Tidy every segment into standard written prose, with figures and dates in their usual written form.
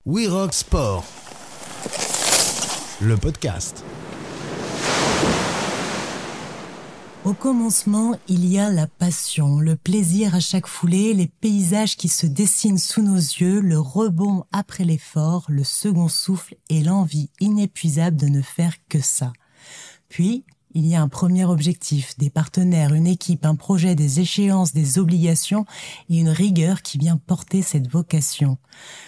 We Rock Sport, le podcast. Au commencement, il y a la passion, le plaisir à chaque foulée, les paysages qui se dessinent sous nos yeux, le rebond après l'effort, le second souffle et l'envie inépuisable de ne faire que ça. Puis, il y a un premier objectif, des partenaires, une équipe, un projet, des échéances, des obligations et une rigueur qui vient porter cette vocation.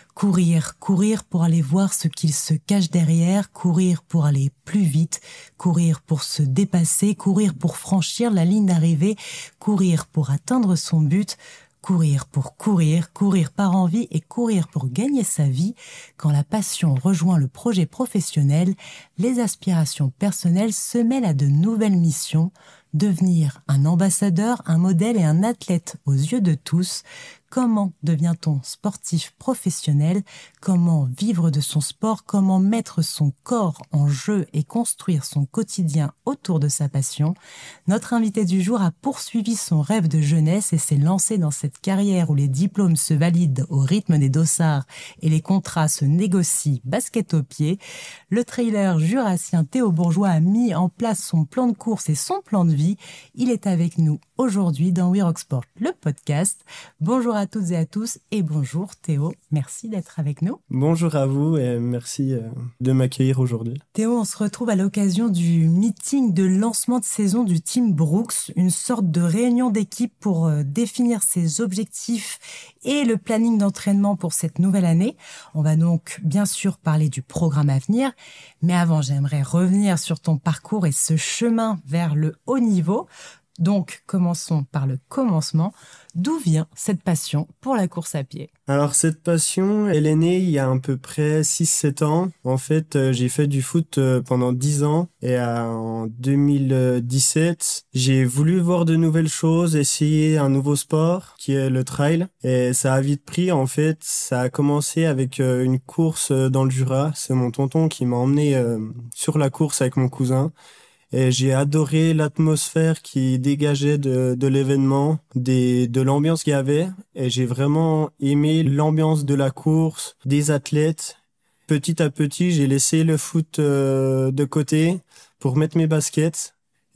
Courir pour aller voir ce qu'il se cache derrière, courir pour aller plus vite, courir pour se dépasser, courir pour franchir la ligne d'arrivée, courir pour atteindre son but, courir pour courir, courir par envie et courir pour gagner sa vie. Quand la passion rejoint le projet professionnel, les aspirations personnelles se mêlent à de nouvelles missions, devenir un ambassadeur, un modèle et un athlète aux yeux de tous. Comment devient-on sportif professionnel? Comment vivre de son sport? Comment mettre son corps en jeu et construire son quotidien autour de sa passion? Notre invité du jour a poursuivi son rêve de jeunesse et s'est lancé dans cette carrière où les diplômes se valident au rythme des dossards et les contrats se négocient basket au pied. Le trailer jurassien Théo Bourgeois a mis en place son plan de course et son plan de vie. Il est avec nous aujourd'hui dans We Rock Sport, le podcast. Bonjour à toutes et à tous et bonjour Théo, merci d'être avec nous. Bonjour à vous et merci de m'accueillir aujourd'hui. Théo, on se retrouve à l'occasion du meeting de lancement de saison du Team Brooks, une sorte de réunion d'équipe pour définir ses objectifs et le planning d'entraînement pour cette nouvelle année. On va donc bien sûr parler du programme à venir, mais avant j'aimerais revenir sur ton parcours et ce chemin vers le haut niveau. Donc, commençons par le commencement. D'où vient cette passion pour la course à pied? Alors, cette passion, elle est née il y a à peu près 6-7 ans. En fait, j'ai fait du foot pendant 10 ans et en 2017, j'ai voulu voir de nouvelles choses, essayer un nouveau sport qui est le trail. Et ça a vite pris, en fait. Ça a commencé avec une course dans le Jura. C'est mon tonton qui m'a emmené sur la course avec mon cousin. Et j'ai adoré l'atmosphère qui dégageait de l'événement, de l'ambiance qu'il y avait. Et j'ai vraiment aimé l'ambiance de la course, des athlètes. Petit à petit, j'ai laissé le foot de côté pour mettre mes baskets.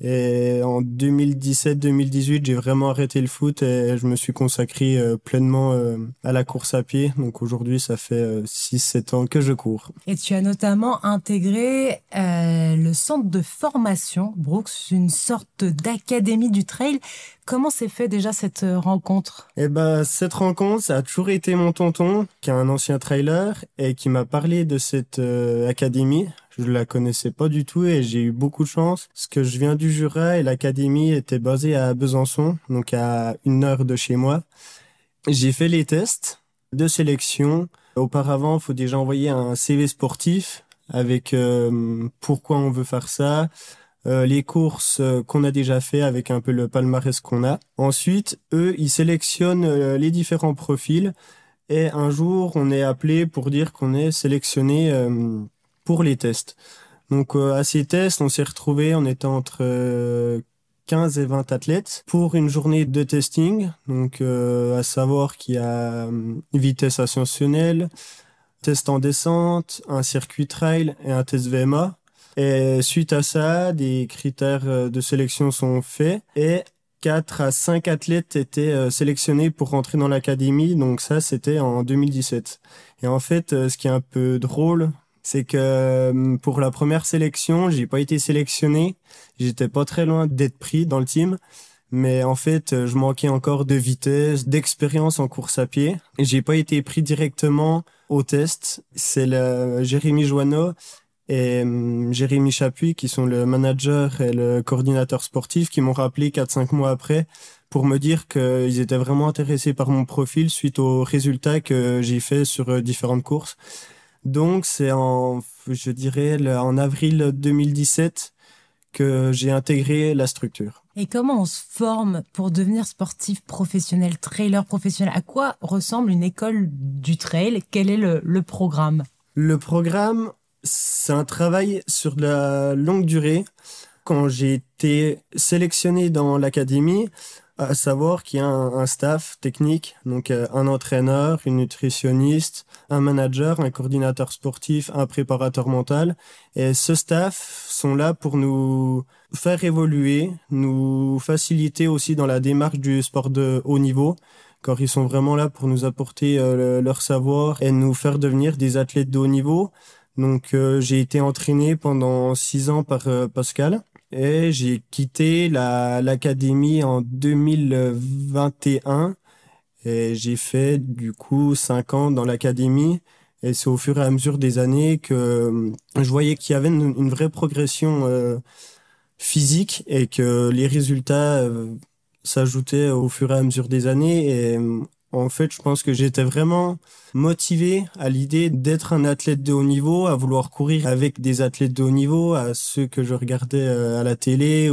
Et en 2017-2018, j'ai vraiment arrêté le foot et je me suis consacré pleinement à la course à pied. Donc aujourd'hui, ça fait 6-7 ans que je cours. Et tu as notamment intégré le centre de formation Brooks, une sorte d'académie du trail. Comment s'est fait déjà cette rencontre? Cette rencontre, ça a toujours été mon tonton, qui est un ancien trailer et qui m'a parlé de cette académie. Je la connaissais pas du tout et j'ai eu beaucoup de chance parce que je viens du Jura et l'académie était basée à Besançon, donc à 1 heure de chez moi. J'ai fait les tests de sélection. Auparavant, il faut déjà envoyer un CV sportif avec pourquoi on veut faire ça, les courses qu'on a déjà fait avec un peu le palmarès qu'on a. Ensuite, eux, ils sélectionnent les différents profils et un jour, on est appelé pour dire qu'on est sélectionné pour les tests. Donc à ces tests, on s'est retrouvés, on était entre 15 et 20 athlètes pour une journée de testing. Donc à savoir qu'il y a vitesse ascensionnelle, test en descente, un circuit trail et un test VMA. Et suite à ça, des critères de sélection sont faits et 4 à 5 athlètes étaient sélectionnés pour rentrer dans l'académie. Donc ça, c'était en 2017. Et en fait, ce qui est un peu drôle, c'est que pour la première sélection, j'ai pas été sélectionné. J'étais pas très loin d'être pris dans le team. Mais en fait, je manquais encore de vitesse, d'expérience en course à pied. Et j'ai pas été pris directement au test. C'est Jérémy Joanneau et Jérémy Chapuis, qui sont le manager et le coordinateur sportif, qui m'ont rappelé 4-5 mois après pour me dire qu'ils étaient vraiment intéressés par mon profil suite aux résultats que j'ai fait sur différentes courses. Donc, c'est en avril 2017 que j'ai intégré la structure. Et comment on se forme pour devenir sportif professionnel, trailer professionnel? À quoi ressemble une école du trail? Quel est le programme? Le programme, c'est un travail sur de la longue durée. Quand j'ai été sélectionné dans l'académie, À savoir qu'il y a un staff technique, donc un entraîneur, une nutritionniste, un manager, un coordinateur sportif, un préparateur mental. Et ce staff sont là pour nous faire évoluer, nous faciliter aussi dans la démarche du sport de haut niveau, car ils sont vraiment là pour nous apporter leur savoir et nous faire devenir des athlètes de haut niveau. Donc j'ai été entraîné pendant 6 ans par Pascal. Et j'ai quitté l'académie en 2021 et j'ai fait du coup 5 ans dans l'académie. Et c'est au fur et à mesure des années que je voyais qu'il y avait une vraie progression physique et que les résultats s'ajoutaient au fur et à mesure des années. Et en fait, je pense que j'étais vraiment motivé à l'idée d'être un athlète de haut niveau, à vouloir courir avec des athlètes de haut niveau, à ceux que je regardais à la télé.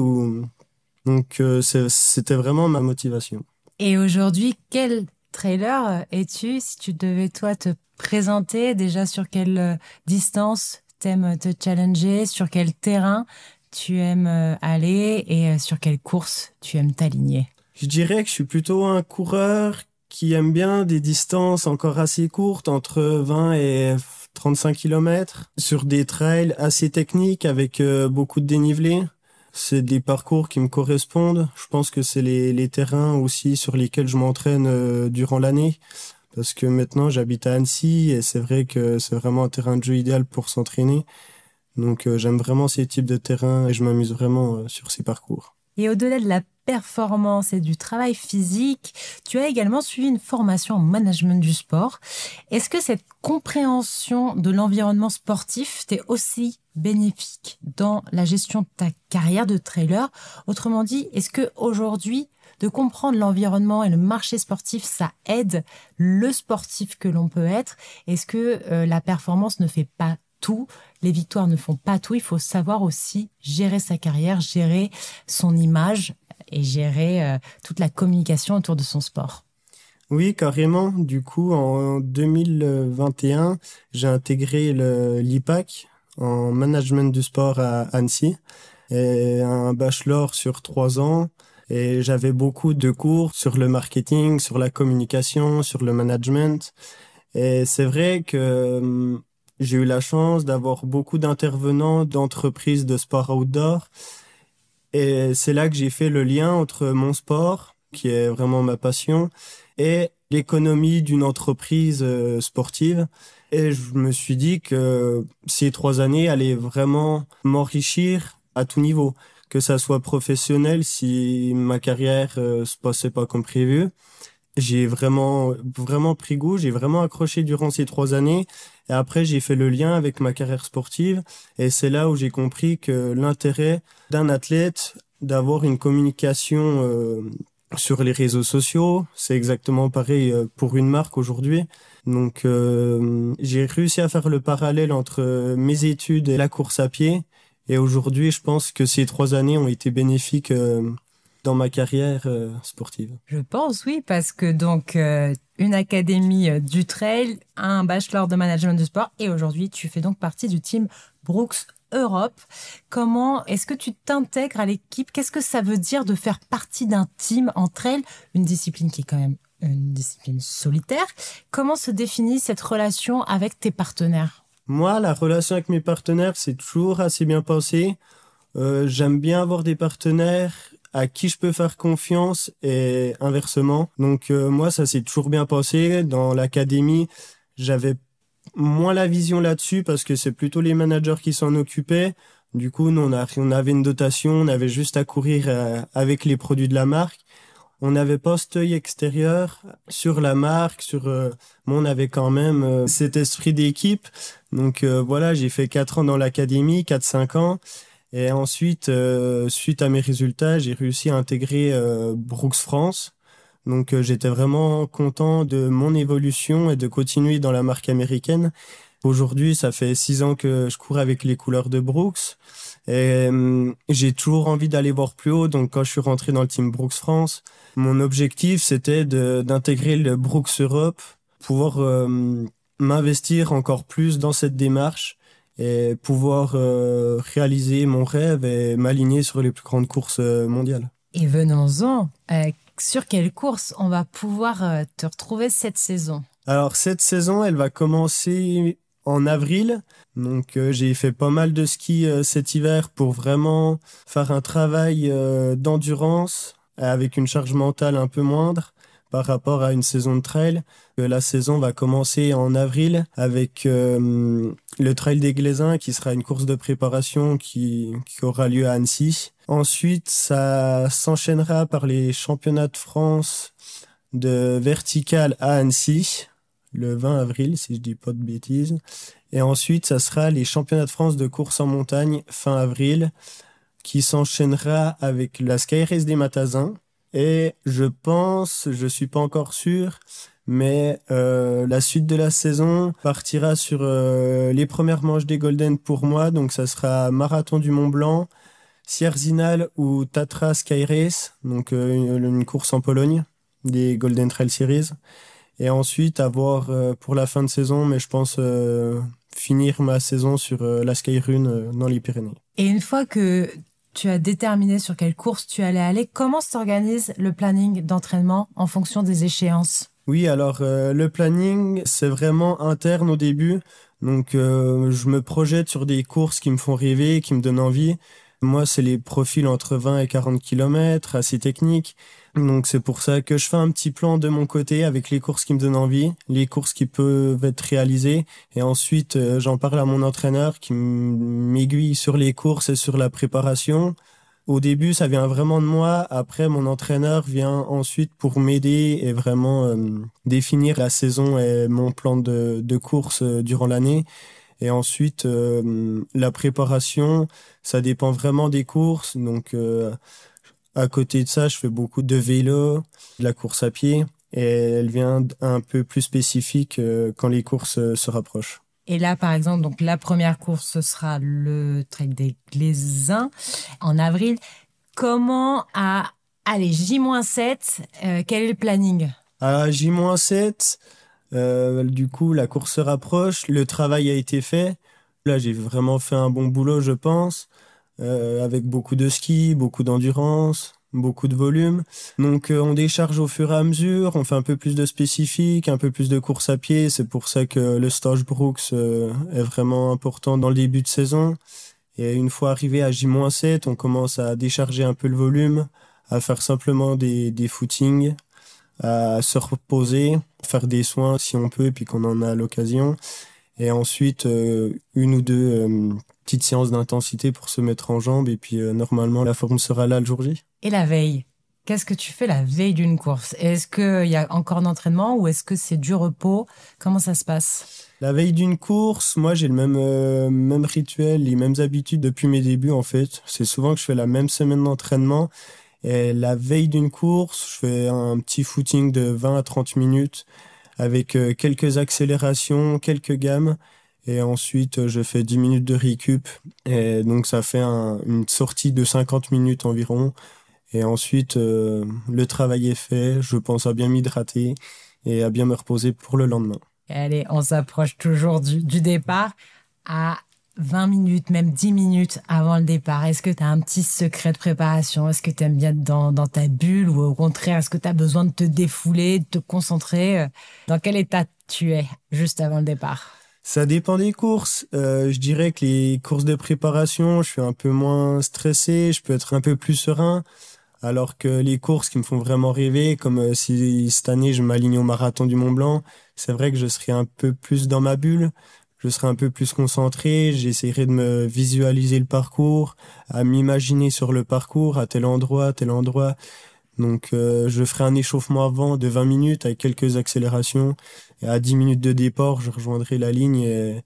Donc, c'était vraiment ma motivation. Et aujourd'hui, quel trailer es-tu si tu devais toi te présenter déjà sur quelle distance t'aimes te challenger, sur quel terrain tu aimes aller et sur quelle course tu aimes t'aligner? Je dirais que je suis plutôt un coureur qui aime bien des distances encore assez courtes, entre 20 et 35 km, sur des trails assez techniques avec beaucoup de dénivelé. C'est des parcours qui me correspondent. Je pense que c'est les terrains aussi sur lesquels je m'entraîne durant l'année. Parce que maintenant, j'habite à Annecy et c'est vrai que c'est vraiment un terrain de jeu idéal pour s'entraîner. Donc, j'aime vraiment ces types de terrains et je m'amuse vraiment sur ces parcours. Et au-delà de la performance et du travail physique, tu as également suivi une formation en management du sport. Est-ce que cette compréhension de l'environnement sportif t'est aussi bénéfique dans la gestion de ta carrière de trailer? Autrement dit, est-ce que aujourd'hui, de comprendre l'environnement et le marché sportif, ça aide le sportif que l'on peut être? Est-ce que la performance ne fait pas tout, les victoires ne font pas tout, il faut savoir aussi gérer sa carrière, gérer son image et gérer toute la communication autour de son sport. Oui, carrément. Du coup, en 2021, j'ai intégré l'IPAC en management du sport à Annecy et un bachelor sur 3 ans. Et j'avais beaucoup de cours sur le marketing, sur la communication, sur le management. Et c'est vrai que j'ai eu la chance d'avoir beaucoup d'intervenants d'entreprises de sport outdoor. Et c'est là que j'ai fait le lien entre mon sport, qui est vraiment ma passion, et l'économie d'une entreprise sportive. Et je me suis dit que ces 3 années allaient vraiment m'enrichir à tout niveau, que ça soit professionnel si ma carrière se passait pas comme prévu. J'ai vraiment pris goût, j'ai vraiment accroché durant ces 3 années. Et après, j'ai fait le lien avec ma carrière sportive. Et c'est là où j'ai compris que l'intérêt d'un athlète d'avoir une communication sur les réseaux sociaux, c'est exactement pareil pour une marque aujourd'hui. Donc, j'ai réussi à faire le parallèle entre mes études et la course à pied. Et aujourd'hui, je pense que ces 3 années ont été bénéfiques dans ma carrière sportive. Je pense, oui, parce que donc une académie du trail, un bachelor de management du sport et aujourd'hui tu fais donc partie du team Brooks Europe. Comment est-ce que tu t'intègres à l'équipe? Qu'est-ce que ça veut dire de faire partie d'un team en trail, une discipline qui est quand même une discipline solitaire? Comment se définit cette relation avec tes partenaires? Moi, la relation avec mes partenaires, c'est toujours assez bien passé. J'aime bien avoir des partenaires à qui je peux faire confiance et inversement. Donc moi, ça s'est toujours bien passé. Dans l'académie, j'avais moins la vision là-dessus parce que c'est plutôt les managers qui s'en occupaient. Du coup, nous, on avait une dotation, on avait juste à courir avec les produits de la marque. On n'avait pas cet œil extérieur sur la marque, mais on avait quand même cet esprit d'équipe. Donc voilà, j'ai fait 4 ans dans l'académie, 4-5 ans. Et ensuite, suite à mes résultats, j'ai réussi à intégrer Brooks France. Donc j'étais vraiment content de mon évolution et de continuer dans la marque américaine. Aujourd'hui, ça fait 6 ans que je cours avec les couleurs de Brooks. Et j'ai toujours envie d'aller voir plus haut. Donc quand je suis rentré dans le team Brooks France, mon objectif, c'était d'intégrer le Brooks Europe, pouvoir m'investir encore plus dans cette démarche et pouvoir réaliser mon rêve et m'aligner sur les plus grandes courses mondiales. Et venons-en, sur quelle course on va pouvoir te retrouver cette saison? Alors cette saison, elle va commencer en avril. Donc j'ai fait pas mal de ski cet hiver pour vraiment faire un travail d'endurance avec une charge mentale un peu moindre par rapport à une saison de trail. La saison va commencer en avril avec le Trail des Glaisins qui sera une course de préparation qui aura lieu à Annecy. Ensuite, ça s'enchaînera par les championnats de France de vertical à Annecy le 20 avril, si je dis pas de bêtises. Et ensuite, ça sera les championnats de France de course en montagne fin avril, qui s'enchaînera avec la Sky Race des Matasins. Et je pense, je suis pas encore sûr, mais la suite de la saison partira sur les premières manches des Golden pour moi. Donc ça sera Marathon du Mont Blanc, Sierzinal ou Tatra Sky Race, donc une course en Pologne, des Golden Trail Series. Et ensuite, avoir pour la fin de saison, mais je pense finir ma saison sur la Skyrun dans les Pyrénées. Et une fois que tu as déterminé sur quelle course tu allais aller, comment s'organise le planning d'entraînement en fonction des échéances? Oui, alors le planning, c'est vraiment interne au début. Donc, je me projette sur des courses qui me font rêver, qui me donnent envie. Moi, c'est les profils entre 20 et 40 km, assez techniques. Donc, c'est pour ça que je fais un petit plan de mon côté avec les courses qui me donnent envie, les courses qui peuvent être réalisées. Et ensuite, j'en parle à mon entraîneur qui m'aiguille sur les courses et sur la préparation. Au début, ça vient vraiment de moi. Après, mon entraîneur vient ensuite pour m'aider et vraiment définir la saison et mon plan de course durant l'année. Et ensuite, la préparation, ça dépend vraiment des courses. Donc, à côté de ça, je fais beaucoup de vélo, de la course à pied. Et elle vient un peu plus spécifique quand les courses se rapprochent. Et là, par exemple, donc la première course, ce sera le Trek des Glaisins en avril. Comment allez, J-7, quel est le planning? À J-7, du coup, la course se rapproche, le travail a été fait. Là, j'ai vraiment fait un bon boulot, je pense, avec beaucoup de ski, beaucoup d'endurance, beaucoup de volume. Donc, on décharge au fur et à mesure, on fait un peu plus de spécifique, un peu plus de course à pied. C'est pour ça que le stage Brooks est vraiment important dans le début de saison. Et une fois arrivé à J-7, on commence à décharger un peu le volume, à faire simplement des footings, à se reposer, faire des soins si on peut et puis qu'on en a l'occasion. Et ensuite, une ou deux petites séances d'intensité pour se mettre en jambes. Et puis, normalement, la forme sera là le jour J. Et la veille? Qu'est-ce que tu fais la veille d'une course? Est-ce qu'il y a encore d'entraînement ou est-ce que c'est du repos? Comment ça se passe? La veille d'une course, moi, j'ai le même rituel, les mêmes habitudes depuis mes débuts, en fait. C'est souvent que je fais la même semaine d'entraînement. Et la veille d'une course, je fais un petit footing de 20 à 30 minutes avec quelques accélérations, quelques gammes. Et ensuite, je fais 10 minutes de récup. Et donc, ça fait une sortie de 50 minutes environ. Et ensuite, le travail est fait. Je pense à bien m'hydrater et à bien me reposer pour le lendemain. Allez, on s'approche toujours du départ à 20 minutes, même 10 minutes avant le départ. Est-ce que tu as un petit secret de préparation? Est-ce que tu aimes bien être dans ta bulle ou au contraire, est-ce que tu as besoin de te défouler, de te concentrer? Dans quel état tu es juste avant le départ? Ça dépend des courses. Je dirais que les courses de préparation, je suis un peu moins stressé, je peux être un peu plus serein. Alors que les courses qui me font vraiment rêver, comme si cette année je m'aligne au marathon du Mont Blanc, c'est vrai que je serai un peu plus dans ma bulle, je serai un peu plus concentré, j'essaierai de me visualiser le parcours, à m'imaginer sur le parcours, à tel endroit, tel endroit. Donc je ferai un échauffement avant de 20 minutes avec quelques accélérations. Et à 10 minutes de départ, je rejoindrai la ligne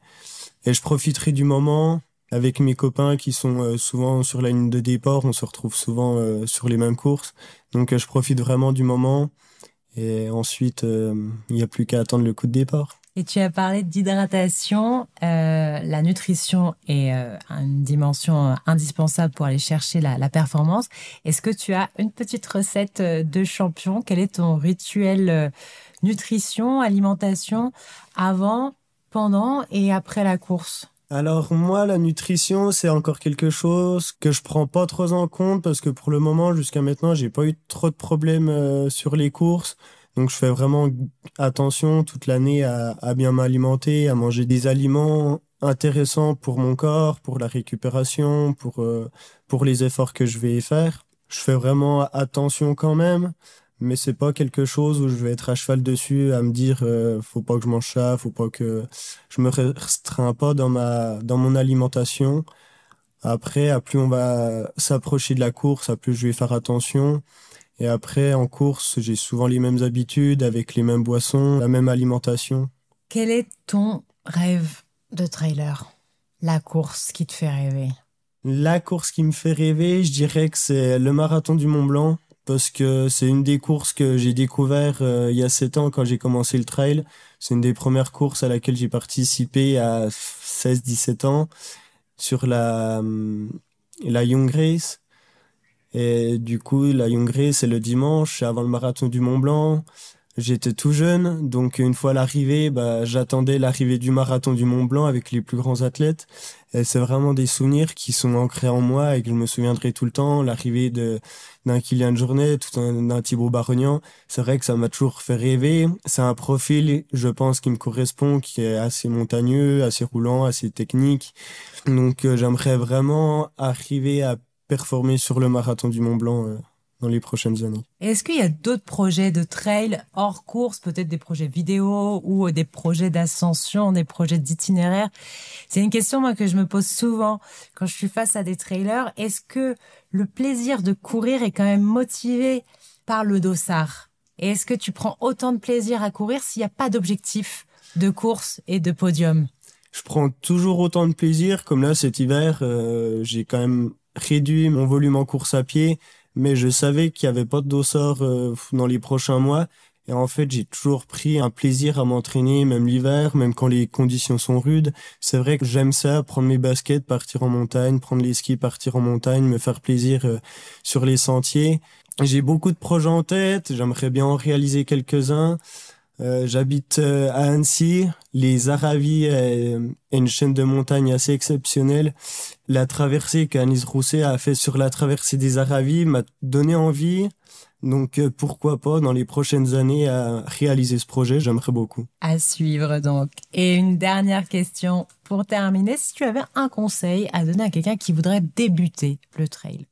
et je profiterai du moment. Avec mes copains qui sont souvent sur la ligne de départ, on se retrouve souvent sur les mêmes courses. Donc je profite vraiment du moment et ensuite il n'y a plus qu'à attendre le coup de départ. Et tu as parlé d'hydratation. La nutrition est une dimension indispensable pour aller chercher la performance. Est-ce que tu as une petite recette de champion? Quel est ton rituel nutrition, alimentation avant, pendant et après la course? Alors moi, la nutrition, c'est encore quelque chose que je prends pas trop en compte parce que pour le moment, jusqu'à maintenant, j'ai pas eu trop de problèmes sur les courses. Donc je fais vraiment attention toute l'année à bien m'alimenter, à manger des aliments intéressants pour mon corps, pour la récupération, pour les efforts que je vais faire. Je fais vraiment attention quand même, mais c'est pas quelque chose où je vais être à cheval dessus à me dire faut pas que je mange ça, faut pas que je me restreins pas dans mon alimentation. Après, à plus on va s'approcher de la course, à plus je vais faire attention. Et après, en course, j'ai souvent les mêmes habitudes, avec les mêmes boissons, la même alimentation. Quel est ton rêve de trailer? La course qui te fait rêver? La course qui me fait rêver, je dirais que c'est le marathon du Mont Blanc, parce que c'est une des courses que j'ai découvert il y a 7 ans quand j'ai commencé le trail. C'est une des premières courses à laquelle j'ai participé à 16-17 ans sur la Young Race. Et du coup, la Young Race, c'est le dimanche, avant le marathon du Mont Blanc. J'étais tout jeune, donc une fois l'arrivée, j'attendais l'arrivée du marathon du Mont Blanc avec les plus grands athlètes. Et c'est vraiment des souvenirs qui sont ancrés en moi et que je me souviendrai tout le temps. L'arrivée d'un Kylian Jornet, d'un Thibaut Barognan, c'est vrai que ça m'a toujours fait rêver. C'est un profil, je pense, qui me correspond, qui est assez montagneux, assez roulant, assez technique. Donc j'aimerais vraiment arriver à performer sur le marathon du Mont Blanc dans les prochaines années. Est-ce qu'il y a d'autres projets de trail hors course, peut-être des projets vidéo ou des projets d'ascension, des projets d'itinéraire? C'est une question moi que je me pose souvent quand je suis face à des trailers. Est-ce que le plaisir de courir est quand même motivé par le dossard? Et est-ce que tu prends autant de plaisir à courir s'il n'y a pas d'objectif de course et de podium? Je prends toujours autant de plaisir, comme là cet hiver, j'ai quand même réduit mon volume en course à pied, mais je savais qu'il n'y avait pas de dossard dans les prochains mois. Et en fait, j'ai toujours pris un plaisir à m'entraîner, même l'hiver, même quand les conditions sont rudes. C'est vrai que j'aime ça, prendre mes baskets, partir en montagne, prendre les skis, partir en montagne, me faire plaisir sur les sentiers. J'ai beaucoup de projets en tête, j'aimerais bien en réaliser quelques-uns. J'habite à Annecy. Les Aravis est une chaîne de montagne assez exceptionnelle. La traversée qu'Anis Rousset a fait sur la traversée des Aravis m'a donné envie. Donc pourquoi pas dans les prochaines années à réaliser ce projet, j'aimerais beaucoup. À suivre donc. Et une dernière question pour terminer. Si tu avais un conseil à donner à quelqu'un qui voudrait débuter le trail?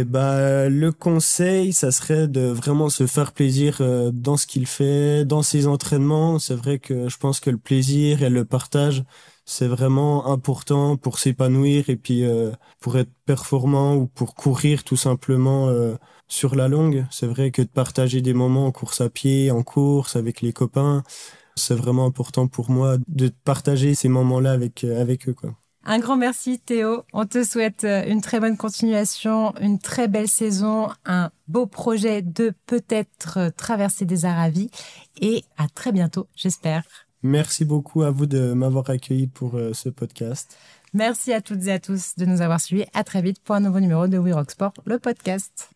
Le conseil, ça serait de vraiment se faire plaisir dans ce qu'il fait, dans ses entraînements. C'est vrai que je pense que le plaisir et le partage, c'est vraiment important pour s'épanouir et puis pour être performant ou pour courir tout simplement sur la longue. C'est vrai que de partager des moments en course à pied, en course avec les copains, c'est vraiment important pour moi de partager ces moments-là avec eux, quoi. Un grand merci Théo, on te souhaite une très bonne continuation, une très belle saison, un beau projet de peut-être traverser des Aravis et à très bientôt, j'espère. Merci beaucoup à vous de m'avoir accueilli pour ce podcast. Merci à toutes et à tous de nous avoir suivis. À très vite pour un nouveau numéro de We Rock Sport, le podcast.